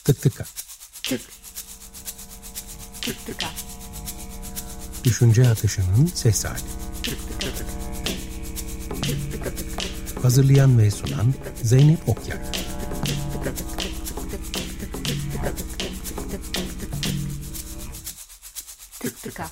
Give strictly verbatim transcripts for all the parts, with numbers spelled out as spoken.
Tık tıka. Tık. Tık tıka. Düşünce akışının ses hali. Tık tıka tık. Tık tıka tık. Hazırlayan ve sunan Zeynep Okyay. Tık tıka.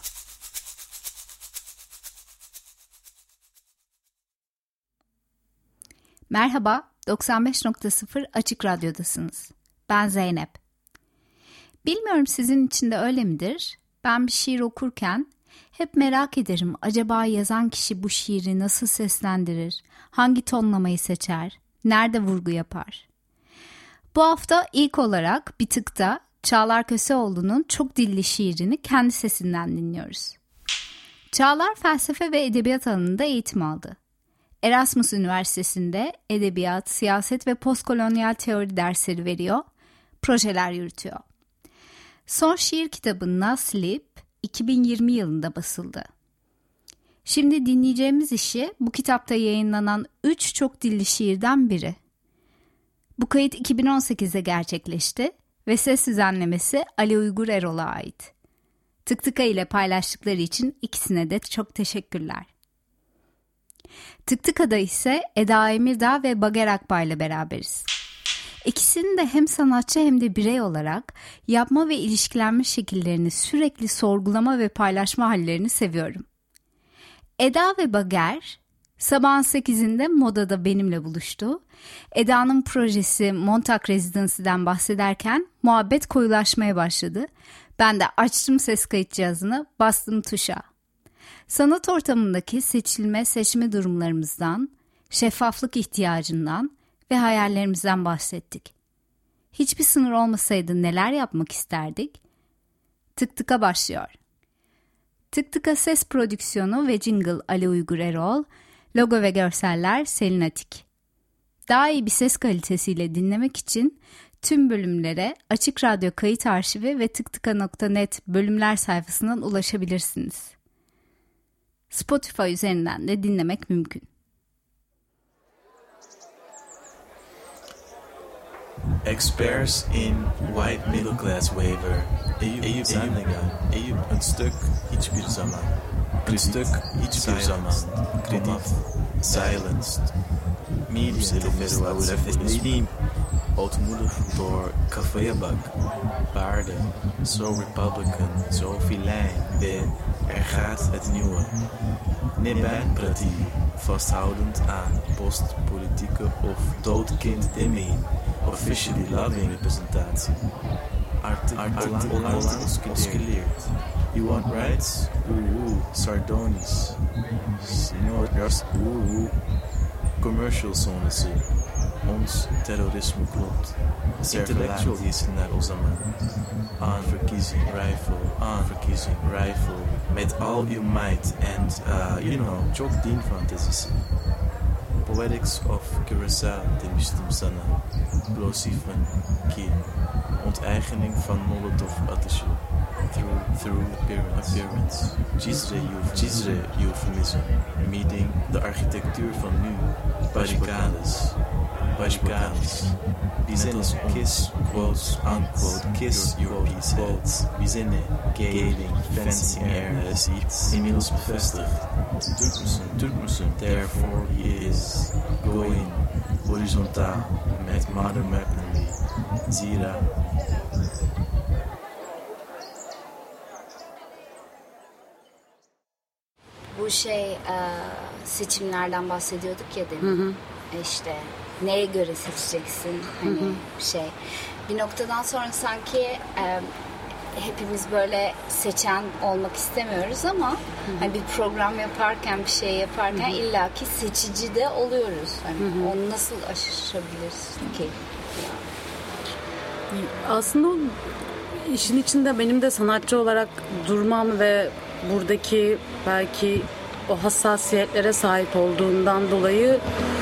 Merhaba, doksan beş nokta sıfır Açık Radyo'dasınız. Ben Zeynep. Bilmiyorum sizin için de öyle midir? Ben bir şiir okurken hep merak ederim, acaba yazan kişi bu şiiri nasıl seslendirir, hangi tonlamayı seçer, nerede vurgu yapar? Bu hafta ilk olarak Bir Tık'ta Çağlar Köseoğlu'nun Çok Dilli şiirini kendi sesinden dinliyoruz. Çağlar felsefe ve edebiyat alanında eğitim aldı. Erasmus Üniversitesi'nde edebiyat, siyaset ve postkolonyal teori dersleri veriyor, projeler yürütüyor. Son şiir kitabı Naslip iki bin yirmi yılında basıldı. Şimdi dinleyeceğimiz işi bu kitapta yayınlanan üç çok dilli şiirden biri. Bu kayıt iki bin on sekizde gerçekleşti ve ses düzenlemesi Ali Uygur Erol'a ait. Tık Tıka ile paylaştıkları için ikisine de çok teşekkürler. Tık Tıka'da ise Eda Emirdağ ve Bager Akbağ ile beraberiz. İkisinin de hem sanatçı hem de birey olarak yapma ve ilişkilenme şekillerini sürekli sorgulama ve paylaşma hallerini seviyorum. Eda ve Bager sabahın sekizinde Moda'da benimle buluştu. Eda'nın projesi Montag Residency'den bahsederken muhabbet koyulaşmaya başladı. Ben de açtım ses kayıt cihazını, bastım tuşa. Sanat ortamındaki seçilme seçme durumlarımızdan, şeffaflık ihtiyacından ve hayallerimizden bahsettik. Hiçbir sınır olmasaydı neler yapmak isterdik? Tık Tıka başlıyor. Tık Tıka ses prodüksiyonu ve jingle Ali Uygur Erol, logo ve görseller Selin Atik. Daha iyi bir ses kalitesiyle dinlemek için tüm bölümlere Açık Radyo Kayıt Arşivi ve tıktıka nokta net bölümler sayfasından ulaşabilirsiniz. Spotify üzerinden de dinlemek mümkün. Experts in white middle class waiver. Eyüp, Eyüp Zandega. Eyüp, een stuk hiçbir zaman. Een stuk hiçbir zaman. Krediet. Silenced. Media televisão ootmoedig door Caféabak. Paarden. Zo Republican, zo filijn. Ve er gaat het nieuwe. Ne ben pratiek. Vasthoudend aan postpolitieke of doodkind demeen. Officially loving representatie. Artikel Hollands oscilleert. You want rights? Oeh, oeh. Sardonisch. Senor, oeh, oeh. Commercial zonesi. Ons terrorisme klopt. Intellectual isimler o zaman. Aan verkiezing, rifle, aan verkiezing, rifle. Met al uw might and, uh, you know, çok din fantezisi. Poetics of Curaçao demiştim sana. Plosieven ki. Onteigening van Molotov ateşi. Through, through appearance. appearance. Cizre euphemism. euphemism. Meeting de architectuur van nu. Barricades. Barricades. Bize ne? Kiss, quote, unquote, kiss your peace heads. Bize ne? Galing, fencing air is iets inmiddels bevestigd. Türk müsün? Türk müsün? Therefore he is going horizontaal met modern weaponry. Zira Bu şey seçimlerden bahsediyorduk ya demin. Hı hı. İşte neye göre seçeceksin hani hı hı. şey. Bir noktadan sonra sanki e, hepimiz böyle seçen olmak istemiyoruz ama hı hı. hani bir program yaparken bir şey yaparken hı hı. illaki seçici de oluyoruz. Hani hı hı. onu nasıl aşabiliriz ki? Aslında o işin içinde benim de sanatçı olarak durmam ve buradaki belki o hassasiyetlere sahip olduğundan dolayı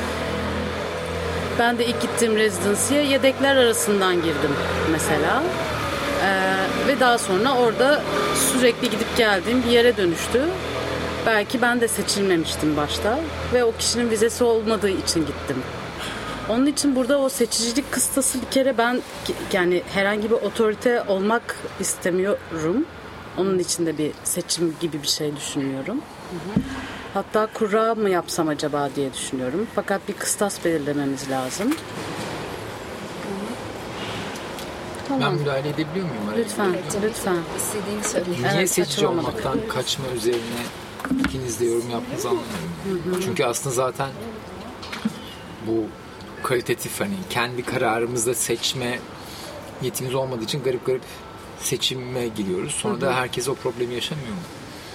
ben de ilk gittiğim rezidansiye yedekler arasından girdim mesela. Ee, ve daha sonra orada sürekli gidip geldiğim bir yere dönüştü. Belki ben de seçilmemiştim başta ve o kişinin vizesi olmadığı için gittim. Onun için burada o seçicilik kıstası bir kere ben yani herhangi bir otorite olmak istemiyorum. Onun için de bir seçim gibi bir şey düşünüyorum. Hı hı. Hatta kura mı yapsam acaba diye düşünüyorum. Fakat bir kıstas belirlememiz lazım. Tamam. Ben müdahale edebiliyor muyum? Lütfen, evet, lütfen. İstediğini söyleyin. Niye evet, seçici olmaktan kaçma üzerine ikiniz de yorum yaptığınızı anlamıyorum. Çünkü aslında zaten bu kalitatif hani kendi kararımızda seçme yetimiz olmadığı için garip garip seçime giriyoruz. Sonra hı hı. da herkes o problemi yaşamıyor mu?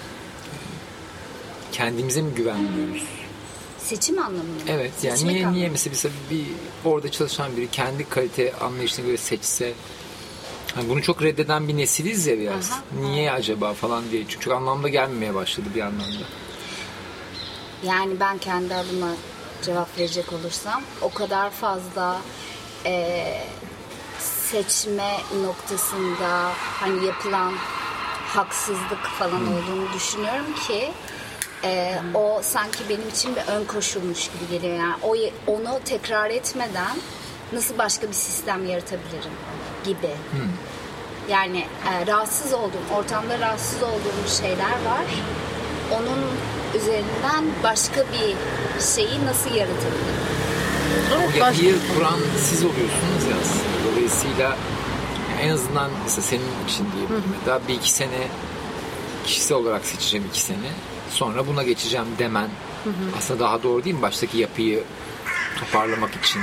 Kendimize mi güvenmiyoruz? Seçim anlamında. Evet. Yani Seçmek niye anlamında. niye mesela bir orada çalışan biri kendi kalite anlayışına göre seçse, hani bunu çok reddeden bir nesiliz ya biraz. Aha, niye aha. acaba falan diye. Çünkü çok anlamda gelmemeye başladı bir anlamda. Yani ben kendi adıma cevap verecek olursam o kadar fazla e, seçme noktasında hani yapılan haksızlık falan hmm. olduğunu düşünüyorum ki e, hmm. o sanki benim için bir ön koşulmuş gibi geliyor. Yani o, onu tekrar etmeden nasıl başka bir sistem yaratabilirim gibi. Hmm. Yani e, rahatsız olduğum, ortamda rahatsız olduğum şeyler var. Onun üzerinden başka bir şeyi nasıl yaratabilirim? Evet, o yapıyı başka... kuran siz oluyorsunuz ya aslında. Dolayısıyla en azından mesela senin için diyebilirim. Daha bir iki sene kişisel olarak seçeceğim iki sene. Sonra buna geçeceğim demen hı hı. aslında daha doğru değil mi? Baştaki yapıyı toparlamak için.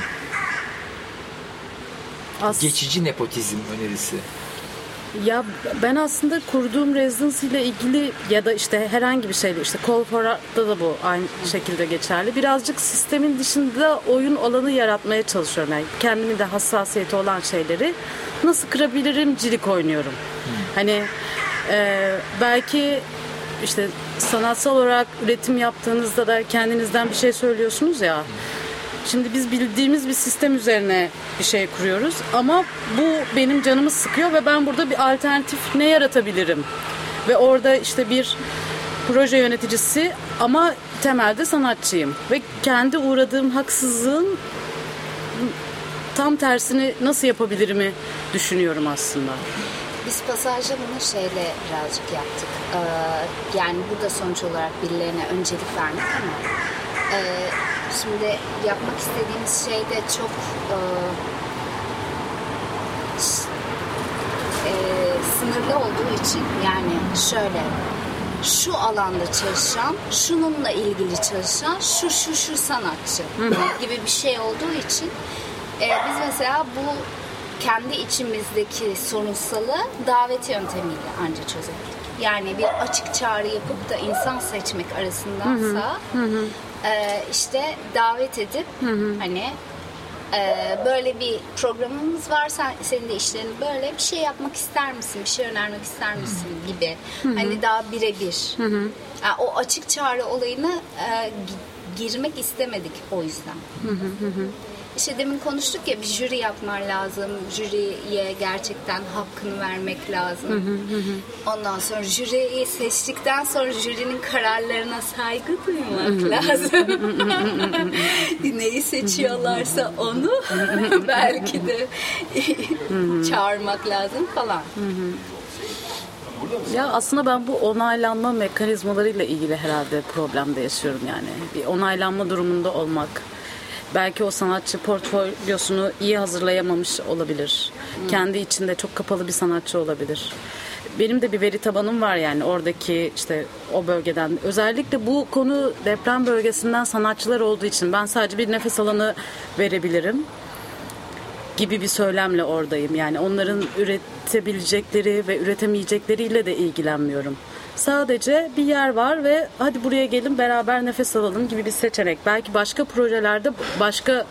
As- Geçici nepotizm önerisi. Ya ben aslında kurduğum residence ile ilgili ya da işte herhangi bir şeyle işte Call for Art'ta da bu aynı şekilde geçerli. Birazcık sistemin dışında oyun alanı yaratmaya çalışıyorum. Yani kendimin de hassasiyeti olan şeyleri nasıl kırabilirimcilik oynuyorum. Hmm. Hani e, belki işte sanatsal olarak üretim yaptığınızda da kendinizden bir şey söylüyorsunuz ya. Şimdi biz bildiğimiz bir sistem üzerine bir şey kuruyoruz ama bu benim canımı sıkıyor ve ben burada bir alternatif ne yaratabilirim? Ve orada işte bir proje yöneticisi ama temelde sanatçıyım ve kendi uğradığım haksızlığın tam tersini nasıl yapabilirimi düşünüyorum aslında. Biz pasajda bunu şeyle birazcık yaptık. Ee, yani burada sonuç olarak birilerine öncelik vermek ama e, şimdi yapmak istediğimiz şey de çok e, e, sınırlı olduğu için yani şöyle şu alanda çalışan, şununla ilgili çalışan, şu şu şu sanatçı gibi bir şey olduğu için e, biz mesela bu kendi içimizdeki sorunsalı davet yöntemiyle ancak çözebildik. Yani bir açık çağrı yapıp da insan seçmek arasındansa hı hı. E, işte davet edip hı hı. hani e, böyle bir programımız var, sen, senin de işlerin böyle bir şey yapmak ister misin, bir şey önermek ister misin gibi. Hı hı. Hani daha birebir. Yani o açık çağrı olayına e, girmek istemedik o yüzden. Hı hı hı. İşte demin konuştuk ya, bir jüri yapman lazım. Jüriye gerçekten hakkını vermek lazım. Hı hı hı. Ondan sonra jüriyi seçtikten sonra jürinin kararlarına saygı duymak hı hı. lazım. Neyi seçiyorlarsa onu belki de çağırmak lazım falan. Hı hı. Ya aslında ben bu onaylanma mekanizmalarıyla ilgili herhalde problemde yaşıyorum yani. Bir onaylanma durumunda olmak. Belki o sanatçı portfolyosunu iyi hazırlayamamış olabilir. Hmm. Kendi içinde çok kapalı bir sanatçı olabilir. Benim de bir veri tabanım var yani oradaki işte o bölgeden. Özellikle bu konu deprem bölgesinden sanatçılar olduğu için ben sadece bir nefes alanı verebilirim gibi bir söylemle oradayım. Yani onların üretebilecekleri ve üretemeyecekleriyle de ilgilenmiyorum. Sadece bir yer var ve hadi buraya gelin beraber nefes alalım gibi bir seçenek. Belki başka projelerde başka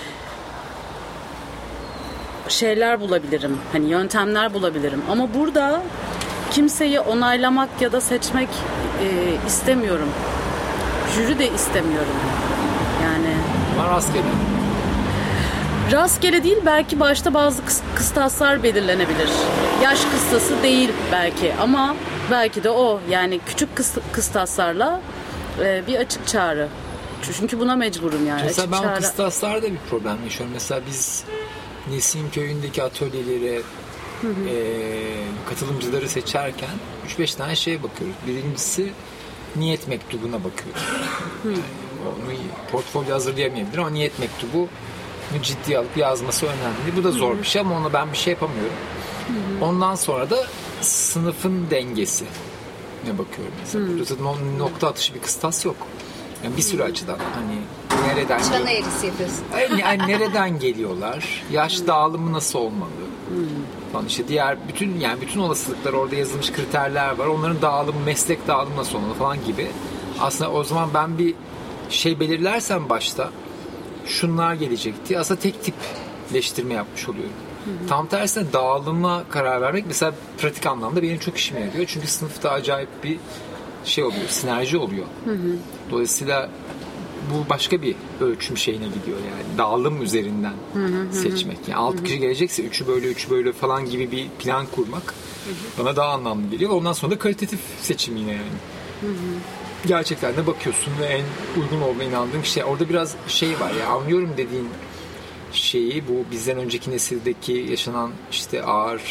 şeyler bulabilirim. Hani yöntemler bulabilirim. Ama burada kimseyi onaylamak ya da seçmek e, istemiyorum. Jüri de istemiyorum. Yani. Var rastgele. Rastgele değil, belki başta bazı kıstaslar belirlenebilir. Yaş kıstası değil belki ama belki de o yani küçük kıstaslarla e, bir açık çağrı Çünkü buna mecburum yani. Mesela ben çare... kıstaslarda bir problem yaşıyorum. Mesela biz Nesin köyündeki atölyelere e, katılımcıları seçerken üç beş tane şeye bakıyoruz. Birincisi niyet mektubuna bakıyoruz. Yani onu portfolyo hazırlayamayabilir ama niyet mektubu ciddiye alıp yazması önemli. Bu da zor bir şey ama ona ben bir şey yapamıyorum. Ondan sonra da sınıfın dengesi ne bakıyorum mesela. Burada nokta atışı bir kıstas yok. Yani bir sürü açıdan hani nereden çana eğrisi yapıyorsun. Yani, yani nereden geliyorlar? Yaş dağılımı nasıl olmalı? Falan işte diğer bütün yani bütün olasılıklar orada yazılmış kriterler var. Onların dağılımı, meslek dağılımı nasıl olmalı falan gibi. Aslında o zaman ben bir şey belirlersem başta şunlar gelecekti. Aslında tek tipleştirme yapmış oluyorum. Hı hı. Tam tersine dağılıma karar vermek mesela pratik anlamda benim çok işime yarıyor. Çünkü sınıfta acayip bir şey oluyor, sinerji oluyor. Hı hı. Dolayısıyla bu başka bir ölçüm şeyine gidiyor yani. Dağılım üzerinden hı hı, seçmek. Yani altı kişi gelecekse üçü böyle, üçü böyle falan gibi bir plan kurmak hı hı. bana daha anlamlı geliyor. Ondan sonra da kalitatif seçim yine yani. Hı hı. Gerçekten de bakıyorsun ve en uygun olduğuna inandığın şey. Orada biraz şey var ya, anlıyorum dediğin şeyi, bu bizden önceki nesildeki yaşanan işte ağır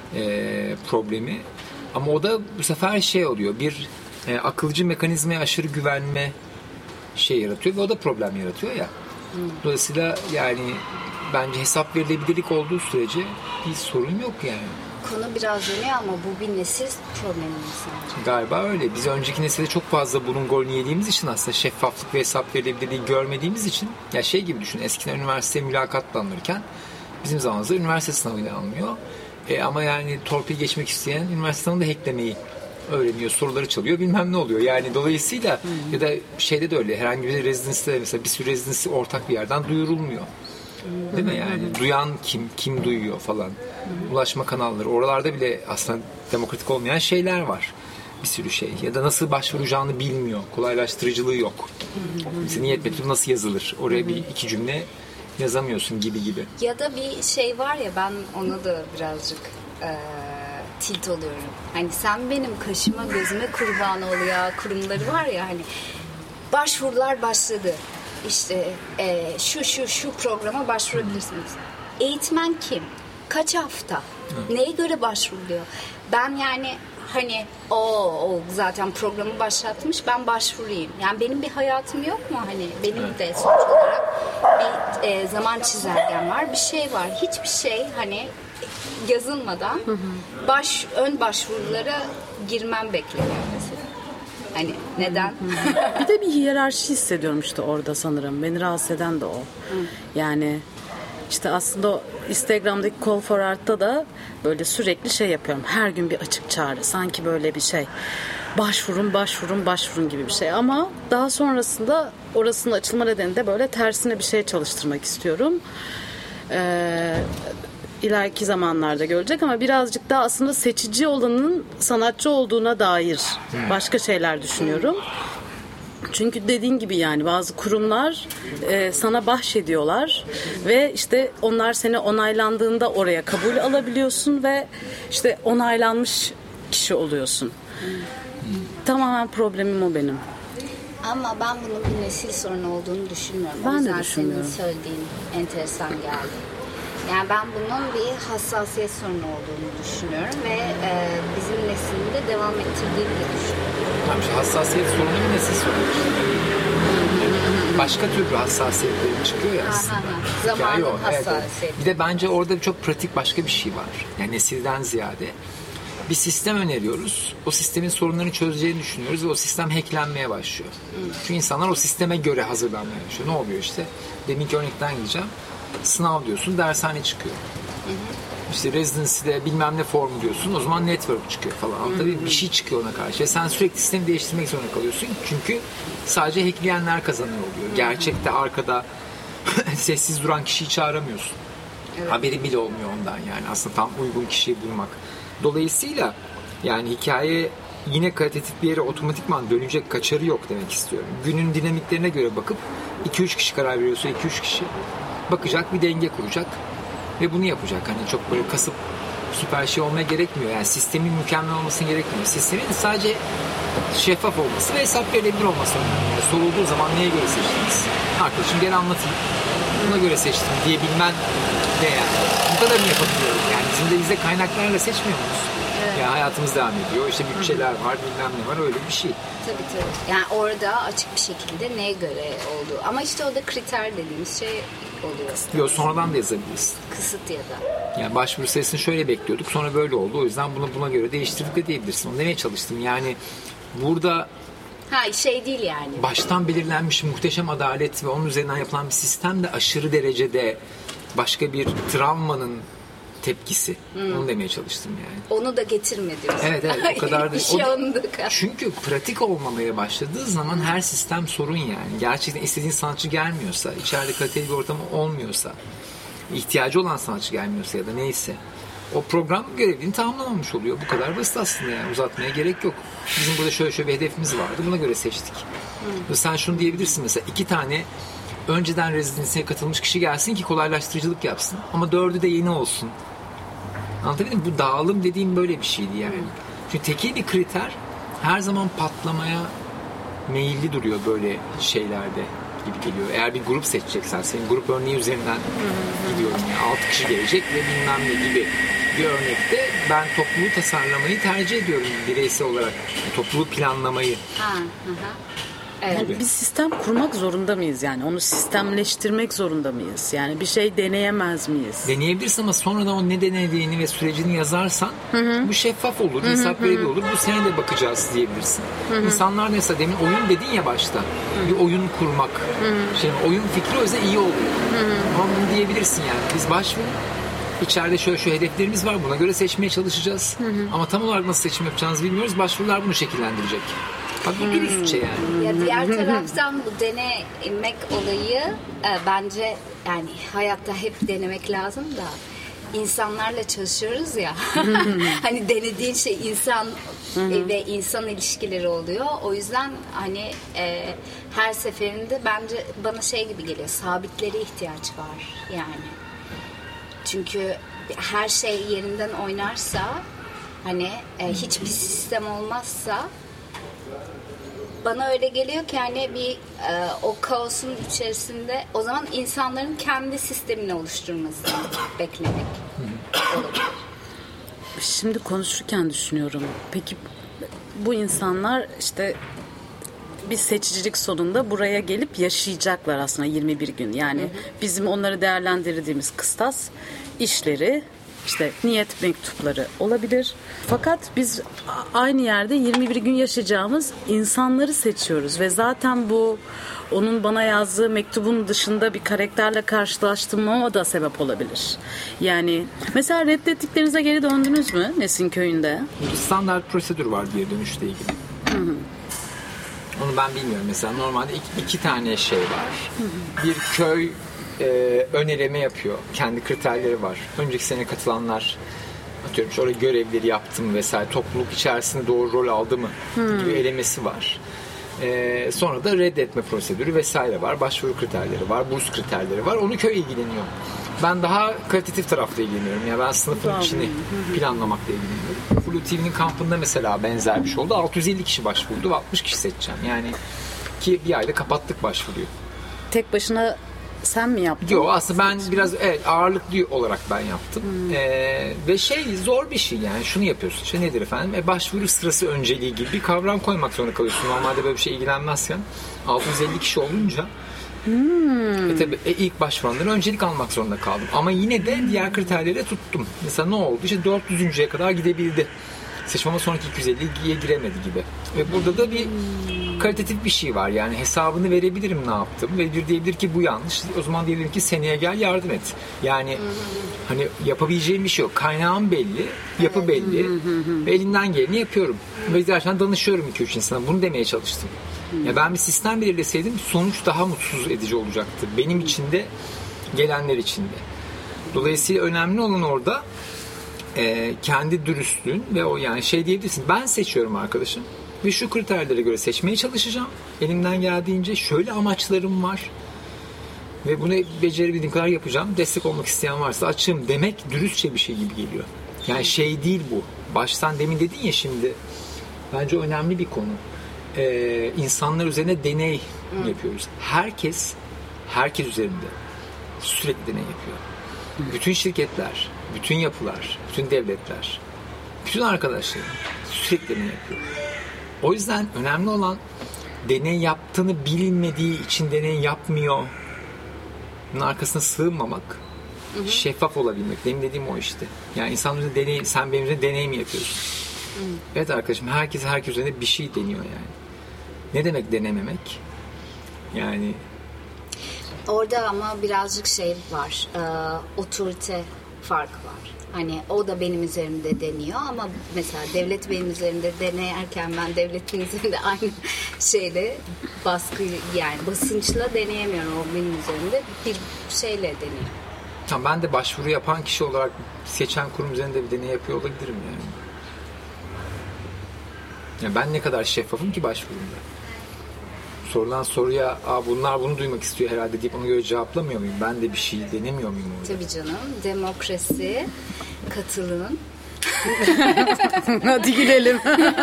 e, problemi. Ama o da bu sefer şey oluyor, bir e, akılcı mekanizmaya aşırı güvenme şey yaratıyor ve o da problem yaratıyor ya. Hmm. Dolayısıyla yani bence hesap verilebilirlik olduğu sürece bir sorun yok yani. Konu biraz dönüyor ama bu bir nesil problemi sence? Galiba öyle. Biz önceki nesilde çok fazla bunun golünü yediğimiz için aslında şeffaflık ve hesap verilebilirliği görmediğimiz için ya şey gibi düşün. Eskiden üniversiteye mülakatlanırken bizim zamanımızda üniversite sınavıyla alınmıyor. E, ama yani torpil geçmek isteyen üniversite sınavında hacklemeyi öğreniyor, soruları çalıyor, bilmem ne oluyor. Yani dolayısıyla hmm. ya da şeyde de öyle, herhangi bir residence'de mesela bir sürü residency ortak bir yerden duyurulmuyor. Hmm. Değil mi yani? Duyan kim, kim duyuyor falan. Hmm. Ulaşma kanalları. Oralarda bile aslında demokratik olmayan şeyler var. Bir sürü şey. Ya da nasıl başvuracağını bilmiyor. Kolaylaştırıcılığı yok. Hmm. Mesela niyet mektubu nasıl yazılır? Oraya hmm. bir iki cümle yazamıyorsun gibi gibi. Ya da bir şey var ya, ben ona da birazcık Ee... tilt oluyorum. Hani sen benim kaşıma gözüme kurban ol ya kurumları var ya, hani başvurular başladı. İşte e, şu şu şu programa başvurabilirsiniz. Eğitmen kim? Kaç hafta? Hı. Neye göre başvuruluyor? Ben yani hani o, o zaten programı başlatmış, ben başvurayım. Yani benim bir hayatım yok mu? Hani benim evet. de sonuç olarak bir e, zaman çizelgem var, bir şey var. Hiçbir şey hani yazılmadan hı hı. baş ön başvurulara girmem bekleniyor mesela. Hani neden? Hı hı. Bir de bir hiyerarşi hissediyorum işte orada sanırım. Beni rahatsız eden de o. Hı. Yani işte aslında Instagram'daki Call for Art'ta da böyle sürekli şey yapıyorum. Her gün bir açık çağrı. Sanki böyle bir şey. Başvurun, başvurun, başvurun gibi bir şey. Ama daha sonrasında orasının açılma nedeni de böyle tersine bir şey çalıştırmak istiyorum. Eee İleriki zamanlarda görecek ama birazcık daha aslında seçici olanın sanatçı olduğuna dair başka şeyler düşünüyorum. Çünkü dediğin gibi yani bazı kurumlar e, sana bahşediyorlar ve işte onlar seni onaylandığında oraya kabul alabiliyorsun ve işte onaylanmış kişi oluyorsun. Tamamen problemim o benim. Ama ben bunun bir nesil sorunu olduğunu düşünmüyorum. Ben o yüzden de düşünmüyorum. Senin söylediğin enteresan geldi. Yani ben bunun bir hassasiyet sorunu olduğunu düşünüyorum ve e, bizim neslini de devam ettirdiğini de düşünüyorum. Tamam, işte hassasiyet sorunu bir nesil sorunu. Başka türlü hassasiyetlerin çıkıyor ya aslında. Zamanın yani hassasiyeti. Evet. Bir de bence orada çok pratik başka bir şey var. Yani nesilden ziyade. Bir sistem öneriyoruz. O sistemin sorunlarını çözeceğini düşünüyoruz ve o sistem hacklenmeye başlıyor. Hmm. Çünkü insanlar o sisteme göre hazırlanmaya başlıyor. Ne oluyor işte? Deminki örnekten gideceğim. Sınav diyorsun, dershane çıkıyor. Hı hı. İşte residency'de bilmem ne formu diyorsun, o zaman network çıkıyor falan. Tabii bir şey çıkıyor ona karşı. Ve sen sürekli sistemi değiştirmek zorunda kalıyorsun. Çünkü sadece hackleyenler kazanıyor oluyor. Hı hı. Gerçekte arkada sessiz duran kişiyi çağıramıyorsun. Evet. Haberi bile olmuyor ondan yani. Aslında tam uygun kişiyi bulmak. Dolayısıyla yani hikaye yine kalitatif bir yere otomatikman dönecek, kaçarı yok demek istiyorum. Günün dinamiklerine göre bakıp iki üç kişi karar veriyorsa iki üç kişi bakacak, bir denge kuracak ve bunu yapacak. Hani çok böyle kasıp süper şey olmaya gerekmiyor. Yani sistemin mükemmel olmasına gerekmiyor. Sistemin sadece şeffaf olması ve hesap verilebilir olması önemli. Yani sorulduğu zaman neye göre seçtiniz? Arkadaşım gel anlatayım. Buna göre seçtim diyebilmen de yani. Bu kadarını yapabiliyoruz. Yani bizim de bize kaynaklarla seçmiyor muyuz? Evet. Yani hayatımız devam ediyor. İşte bütçeler var, bilmem ne var, öyle bir şey. Tabii tabii. Yani orada açık bir şekilde neye göre olduğu. Ama işte o da kriter dediğimiz şey oluyor. Yok, sonradan da yazabiliriz. Kısıt ya da. Yani başvuru sayısını şöyle bekliyorduk. Sonra böyle oldu. O yüzden bunu buna göre değiştirdik de diyebilirsin. Onu demeye çalıştım. Yani burada ha şey değil yani. Baştan belirlenmiş muhteşem adalet ve onun üzerinden yapılan bir sistem de aşırı derecede başka bir travmanın tepkisi. Hmm. Onu demeye çalıştım yani. Onu da getirme diyorsun. Evet evet, o kadar da. o da çünkü pratik olmamaya başladığı zaman her sistem sorun yani. Gerçekten istediğin sanatçı gelmiyorsa, içeride kaliteli bir ortam olmuyorsa, ihtiyacı olan sanatçı gelmiyorsa ya da neyse, o program görevini tamamlamamış oluyor. Bu kadar basit aslında yani. Uzatmaya gerek yok. Bizim burada şöyle şöyle bir hedefimiz vardı. Buna göre seçtik. Hmm. Ve sen şunu diyebilirsin mesela, iki tane önceden rezidansiye katılmış kişi gelsin ki kolaylaştırıcılık yapsın. Ama dördü de yeni olsun. Anlatabildim mi? Bu dağılım dediğim böyle bir şeydi yani. Çünkü tekil bir kriter her zaman patlamaya meyilli duruyor böyle şeylerde gibi geliyor. Eğer bir grup seçeceksen, senin grup örneği üzerinden gidiyorum yani. Altı kişi gelecek ve bilmem ne gibi bir örnekte ben topluluğu tasarlamayı tercih ediyorum bireysel olarak. Topluluğu planlamayı. Ha, hı hı. Evet. Yani bir sistem kurmak zorunda mıyız yani? Onu sistemleştirmek zorunda mıyız? Yani bir şey deneyemez miyiz? Deneyebilirsin ama sonradan o ne denediğini ve sürecini yazarsan hı hı. bu şeffaf olur, hı hı. hesap verebilir olur. Bu sene de bakacağız diyebilirsin. Hı hı. İnsanlar mesela demin oyun dedin ya başta. Hı. Bir oyun kurmak. Hı hı. Şey, oyun fikri o yüzden iyi oluyor. Hı hı. Ama bunu diyebilirsin yani. Biz başvurun. İçeride şöyle şu hedeflerimiz var. Buna göre seçmeye çalışacağız. Hı hı. Ama tam olarak nasıl seçim yapacağınızı bilmiyoruz. Başvurular bunu şekillendirecek. Bak bu dürüstçe yani. Ya diğer taraftan bu denemek olayı e, bence yani hayatta hep denemek lazım da insanlarla çalışıyoruz ya. Hani denediğin şey insan e, ve insan ilişkileri oluyor. O yüzden hani e, her seferinde bence bana şey gibi geliyor. Sabitlere ihtiyaç var yani. Çünkü her şey yerinden oynarsa hani e, hiçbir sistem olmazsa bana öyle geliyor ki hani bir e, o kaosun içerisinde o zaman insanların kendi sistemini oluşturmasını beklemek olabilir. Şimdi konuşurken düşünüyorum. Peki bu insanlar işte bir seçicilik sonunda buraya gelip yaşayacaklar aslında yirmi bir gün. Yani hı hı. bizim onları değerlendirdiğimiz kıstas işleri, işte niyet mektupları olabilir. Fakat biz aynı yerde yirmi bir gün yaşayacağımız insanları seçiyoruz ve zaten bu onun bana yazdığı mektubun dışında bir karakterle karşılaştırmama da sebep olabilir. Yani mesela reddettiklerinize geri döndünüz mü Nesin Köyü'nde? Standart prosedür var geri dönüşle ilgili. Hı hı. Onu ben bilmiyorum. Mesela normalde iki, iki tane şey var. Hı hı. Bir köy e, ön eleme yapıyor. Kendi kriterleri var. Önceki sene katılanlar atıyorum şu orada görevleri yaptım vesaire. Topluluk içerisinde doğru rol aldı mı hmm. gibi elemesi var. E, sonra da reddetme prosedürü vesaire var. Başvuru kriterleri var. Burs kriterleri var. Onu köy ilgileniyor. Ben daha kalitatif tarafta ilgileniyorum. Yani ben sınıfın içini planlamakla ilgileniyorum. Flu T V'nin kampında mesela benzer bir şey oldu. altı yüz elli kişi başvurdu ve altmış kişi seçeceğim. Yani ki bir ayda kapattık başvuruyu. Tek başına sen mi yaptın? Yok aslında ben biraz evet ağırlıklı olarak ben yaptım. Hmm. Ee, ve şey zor bir şey yani şunu yapıyorsun. İşte nedir efendim? E, başvuru sırası önceliği gibi bir kavram koymak zorunda kalıyorsun. Normalde böyle bir şey ilgilenmezken altı yüz elli kişi olunca Hmm. E tabii e, ilk başvuranlara öncelik almak zorunda kaldım. Ama yine de diğer kriterleri tuttum. Mesela ne oldu? İşte dört yüzüncüye kadar gidebildi. Seçim ama sonraki iki yüz elliye giremedi gibi. Ve burada da bir kalitatif bir şey var. Yani hesabını verebilirim ne yaptım. Ve bir diyebilir ki bu yanlış. O zaman diyebilirim ki seneye gel yardım et. Yani hani yapabileceğim bir şey yok. Kaynağım belli, yapı belli. Ve elimden geleni yapıyorum. Ve zaten danışıyorum iki üç insana. Bunu demeye çalıştım. Ya ben bir sistem belirleseydim sonuç daha mutsuz edici olacaktı. Benim için de gelenler için de. Dolayısıyla önemli olan orada e, kendi dürüstlüğün ve o yani şey diyebilirsin. Ben seçiyorum arkadaşım ve şu kriterlere göre seçmeye çalışacağım. Elimden geldiğince şöyle amaçlarım var ve bunu becerebildiğim kadar yapacağım. Destek olmak isteyen varsa açığım demek dürüstçe bir şey gibi geliyor. Yani şey değil bu. Baştan demin dedin ya şimdi. Bence önemli bir konu. Ee, insanlar üzerine deney hmm. yapıyoruz. Herkes, herkes üzerinde sürekli deney yapıyor. Hmm. Bütün şirketler, bütün yapılar, bütün devletler, bütün arkadaşlarım sürekli deney yapıyor. O yüzden önemli olan deney yaptığını bilinmediği için deney yapmıyor. Bunun arkasına sığınmamak, hı hı. şeffaf olabilmek. Benim dediğim o işte. Yani insanların deney, sen benim üzerine deney mi yapıyorsun? Hı. Evet arkadaşım, herkes herkes üzerine bir şey deniyor yani. Ne demek denememek? Yani orada ama birazcık şey var, e, otorite farkı var. Hani o da benim üzerimde deniyor ama mesela devlet benim üzerimde deneyerken ben devletin üzerinde aynı şeyle baskı yani basınçla deneyemiyorum. O benim üzerimde bir şeyle deniyor. Tamam, ben de başvuru yapan kişi olarak seçen kurum üzerinde bir deney yapıyor olabilirim yani. Yani ben ne kadar şeffafım ki başvurumda? Sorulan soruya Aa, bunlar bunu duymak istiyor herhalde deyip ona göre cevaplamıyor muyum? Ben de bir şey denemiyor muyum orada? Tabii canım. Demokrasi, katılım. Hadi gidelim.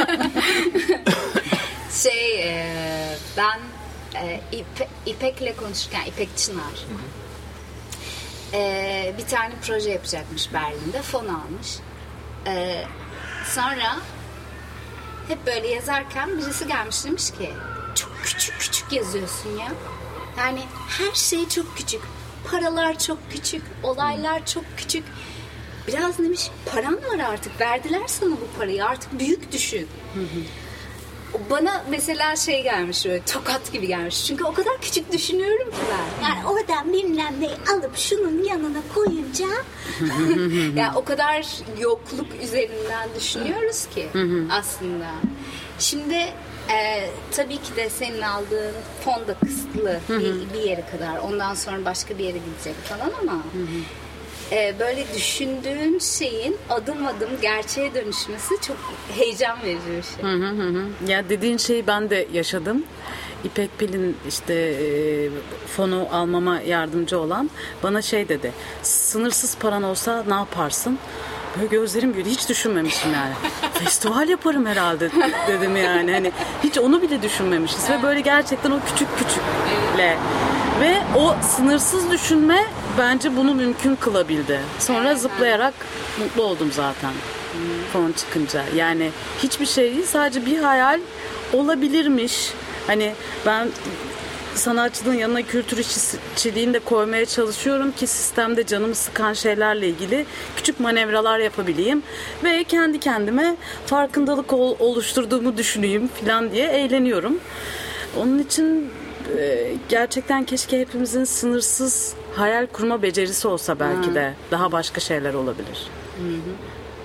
şey e, ben e, İpe, İpek'le konuşurken İpek Çınar hı hı. E, bir tane proje yapacakmış Berlin'de, fon almış. E, sonra hep böyle yazarken birisi gelmiş demiş ki çok küçük küçük yazıyorsun ya. Yani her şey çok küçük. Paralar çok küçük. Olaylar çok küçük. Biraz demiş paran var artık. Verdiler sana bu parayı. Artık büyük düşün. Hı hı. Bana mesela şey gelmiş böyle tokat gibi gelmiş. Çünkü o kadar küçük düşünüyorum ki ben. Yani oradan bilmem neyi alıp şunun yanına koyunca yani o kadar yokluk üzerinden düşünüyoruz ki aslında. Şimdi Ee, tabii ki de senin aldığın fon da kısıtlı bir, bir yere kadar. Ondan sonra başka bir yere gidecek falan ama hı hı. E, böyle düşündüğün şeyin adım adım gerçeğe dönüşmesi çok heyecan verici bir şey. Hı hı hı. Ya dediğin şeyi ben de yaşadım. İpek Pil'in işte e, fonu almama yardımcı olan bana şey dedi. Sınırsız paran olsa ne yaparsın? Böyle gözlerim gülüyor. Hiç düşünmemişim yani. Festival yaparım herhalde dedim yani. Hani hiç onu bile düşünmemişiz. Ve böyle gerçekten o küçük küçükle. Ve o sınırsız düşünme bence bunu mümkün kılabildi. Sonra zıplayarak mutlu oldum zaten. Fon çıkınca. Yani hiçbir şey değil. Sadece bir hayal olabilirmiş. Hani ben sanatçılığın yanına kültür işçiliğini de koymaya çalışıyorum ki sistemde canımı sıkan şeylerle ilgili küçük manevralar yapabileyim ve kendi kendime farkındalık oluşturduğumu düşüneyim falan diye eğleniyorum. Onun için gerçekten keşke hepimizin sınırsız hayal kurma becerisi olsa belki hmm. de daha başka şeyler olabilir. Hı hı.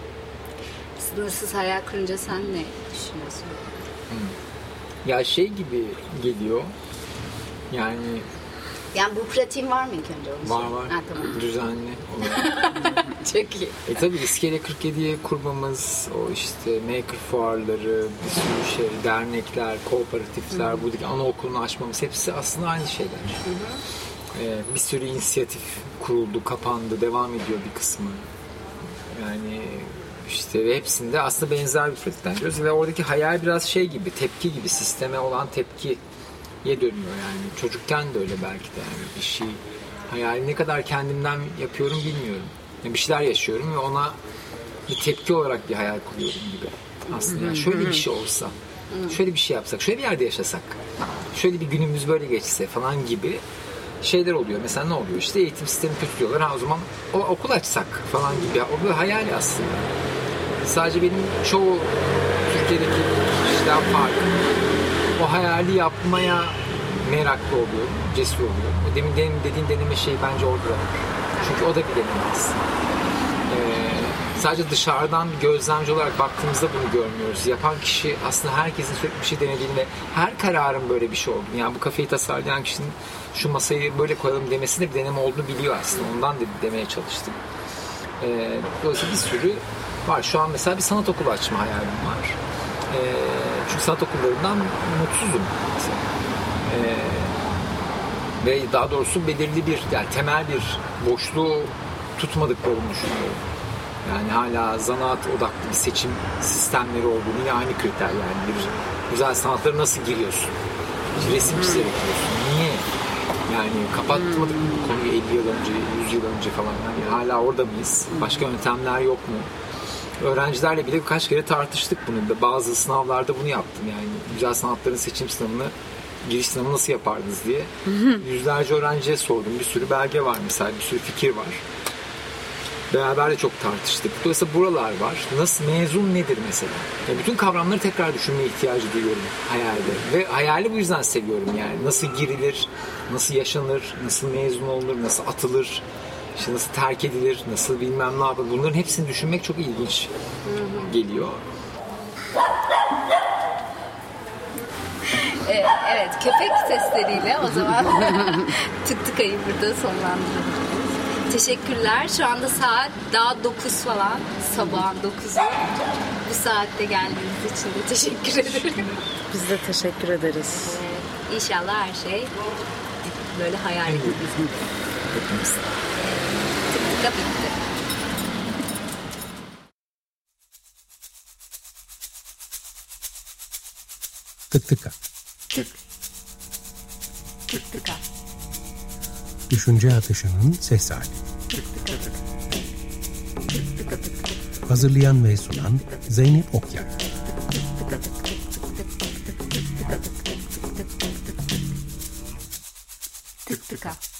Sınırsız hayal kurunca sen ne düşünüyorsun? Hmm. Ya şey gibi geliyor. Yani yani bu pratiğin var mı ilk önce? Var şey? var. Ha, tamam. Düzenli olarak. Çok iyi. E tabii İskele kırk yediye kurmamız, o işte maker fuarları, bir sürü şey, dernekler, kooperatifler, Hı-hı. buradaki anaokulunu açmamız hepsi aslında aynı şeyler. Ee, bir sürü inisiyatif kuruldu, kapandı, devam ediyor bir kısmı. Yani işte ve hepsinde aslında benzer bir pratikten görüyoruz ve oradaki hayal biraz şey gibi, tepki gibi, sisteme olan tepki dönüyor yani. Çocukken de öyle belki de yani bir şey hayali ne kadar kendimden yapıyorum bilmiyorum. Yani bir şeyler yaşıyorum ve ona bir tepki olarak bir hayal kuruyorum gibi. Aslında yani şöyle bir şey olsa, şöyle bir şey yapsak, şöyle bir yerde yaşasak, şöyle bir günümüz böyle geçse falan gibi şeyler oluyor. Mesela ne oluyor? İşte eğitim sistemi kötü diyorlar. Ha o zaman o, okul açsak falan gibi. O bir hayal aslında. Sadece benim çoğu Türkiye'deki kişiden farkı. O hayali yapmaya meraklı oluyorum, cesur oluyorum. Demin dediğin deneme şey bence orada var. Çünkü o da bir deneme aslında. Ee, sadece dışarıdan bir gözlemci olarak baktığımızda bunu görmüyoruz. Yapan kişi aslında herkesin sürekli bir şey denediğinde her kararın böyle bir şey olduğunu, yani bu kafeyi tasarlayan kişinin şu masayı böyle koyalım demesinde bir deneme olduğunu biliyor aslında. Ondan da demeye çalıştım. Ee, dolayısıyla bir sürü var. Şu an mesela bir sanat okulu açma hayalim var. Ee, çünkü sanat okullarından mutsuzum. Ee, ve daha doğrusu belirli bir, yani temel bir boşluğu tutmadıklarını düşünüyorum. Yani hala zanaat odaklı bir seçim sistemleri olduğunu, yine aynı kriter yani. Bir güzel sanatlara nasıl giriyorsun? Bir resim çizerek giriyorsun. Niye? Yani kapatmadık mı bu konuyu elli yıl önce, yüz yıl önce falan? Yani hala orada mıyız? Başka yöntemler yok mu? Öğrencilerle bile birkaç kere tartıştık bunu. Bazı sınavlarda bunu yaptım yani. Güzel sanatların seçim sınavını, giriş sınavını nasıl yapardınız diye. Yüzlerce öğrenciye sordum. Bir sürü belge var mesela, bir sürü fikir var. Beraber de çok tartıştık. Dolayısıyla buralar var. Nasıl, mezun nedir mesela? Yani bütün kavramları tekrar düşünmeye ihtiyacı duyuyorum hayalde. Ve hayali bu yüzden seviyorum yani. Nasıl girilir, nasıl yaşanır, nasıl mezun olunur, nasıl atılır, işte nasıl terk edilir, nasıl bilmem ne yapılır. Bunların hepsini düşünmek çok ilginç geliyor. Ee, evet, köpek sesleriyle o zaman tık tıkayı burada sonlandırıyoruz. Teşekkürler. Şu anda saat daha dokuz falan. Sabahın dokuzu. Bu saatte geldiğiniz için de teşekkür ederim. Biz de teşekkür ederiz. Ee, İnşallah her şey böyle hayal gibi. Tık tıka bitti. Tık tıka. Tık. Tık tıka. Düşünce akışının ses hali. Hazırlayan ve sunan Zeynep Okyay. Tık tıka.